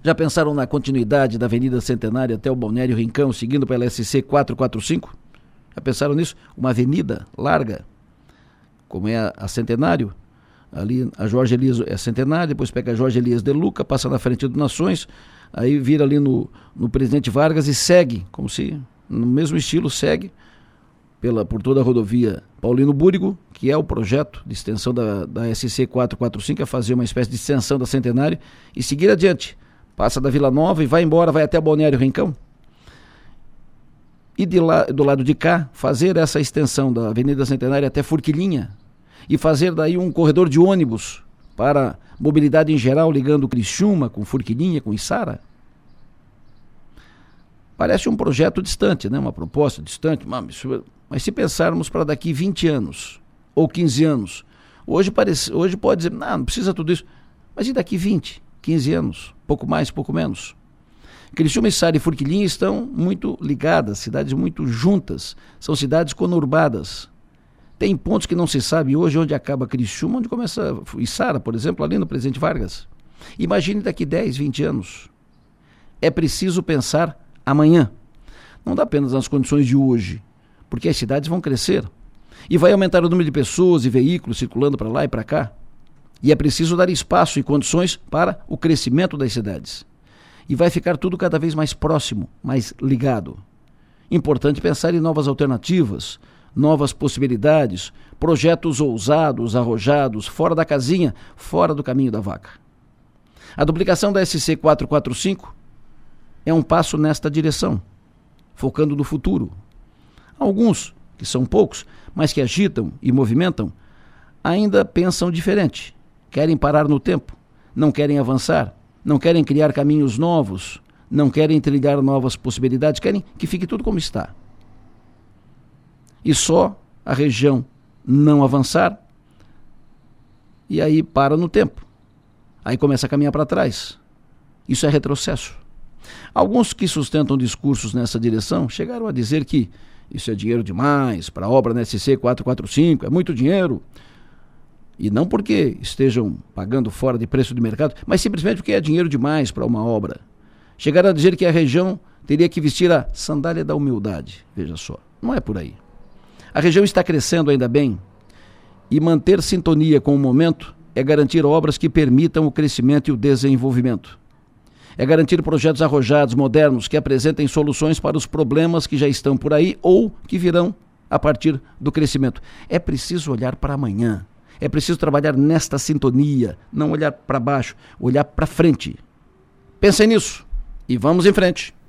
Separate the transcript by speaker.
Speaker 1: Já pensaram na continuidade da Avenida Centenária até o Balneário Rincão, seguindo pela SC 445? Já pensaram nisso? Uma avenida larga, como é a Centenário, ali a Jorge Elias é Centenário, depois pega a Jorge Elias de Luca, passa na frente do Nações, aí vira ali no Presidente Vargas e segue, como se, no mesmo estilo, segue por toda a rodovia Paulino Búrigo, que é o projeto de extensão da SC 445, é fazer uma espécie de extensão da Centenário e seguir adiante. Passa da Vila Nova e vai embora, vai até o Balneário Rincão. E do lado de cá, fazer essa extensão da Avenida Centenária até Forquilinha e fazer daí um corredor de ônibus para mobilidade em geral, ligando Criciúma com Forquilinha, com Içara. Parece um projeto distante, né? Uma proposta distante, mas se pensarmos para daqui 20 anos ou 15 anos, hoje pode dizer, não precisa tudo isso, mas e daqui 20, 15 anos, pouco mais, pouco menos? Criciúma, Içara e Forquilinha estão muito ligadas, cidades muito juntas, são cidades conurbadas. Tem pontos que não se sabe hoje onde acaba Criciúma, onde começa Içara, por exemplo, ali no Presidente Vargas. Imagine daqui 10, 20 anos. É preciso pensar amanhã. Não dá apenas nas condições de hoje, porque as cidades vão crescer. E vai aumentar o número de pessoas e veículos circulando para lá e para cá. E é preciso dar espaço e condições para o crescimento das cidades. E vai ficar tudo cada vez mais próximo, mais ligado. Importante pensar em novas alternativas, novas possibilidades, projetos ousados, arrojados, fora da casinha, fora do caminho da vaca. A duplicação da SC 445 é um passo nesta direção, focando no futuro. Alguns, que são poucos, mas que agitam e movimentam, ainda pensam diferente, querem parar no tempo, não querem avançar, não querem criar caminhos novos, não querem trilhar novas possibilidades, querem que fique tudo como está. E só a região não avançar, e aí para no tempo. Aí começa a caminhar para trás. Isso é retrocesso. Alguns que sustentam discursos nessa direção chegaram a dizer que isso é dinheiro demais para a obra na SC 445, é muito dinheiro. E não porque estejam pagando fora de preço de mercado, mas simplesmente porque é dinheiro demais para uma obra. Chegaram a dizer que a região teria que vestir a sandália da humildade. Veja só, não é por aí. A região está crescendo ainda bem, e manter sintonia com o momento é garantir obras que permitam o crescimento e o desenvolvimento. É garantir projetos arrojados, modernos, que apresentem soluções para os problemas que já estão por aí ou que virão a partir do crescimento. É preciso olhar para amanhã. É preciso trabalhar nesta sintonia, não olhar para baixo, olhar para frente. Pensem nisso e vamos em frente.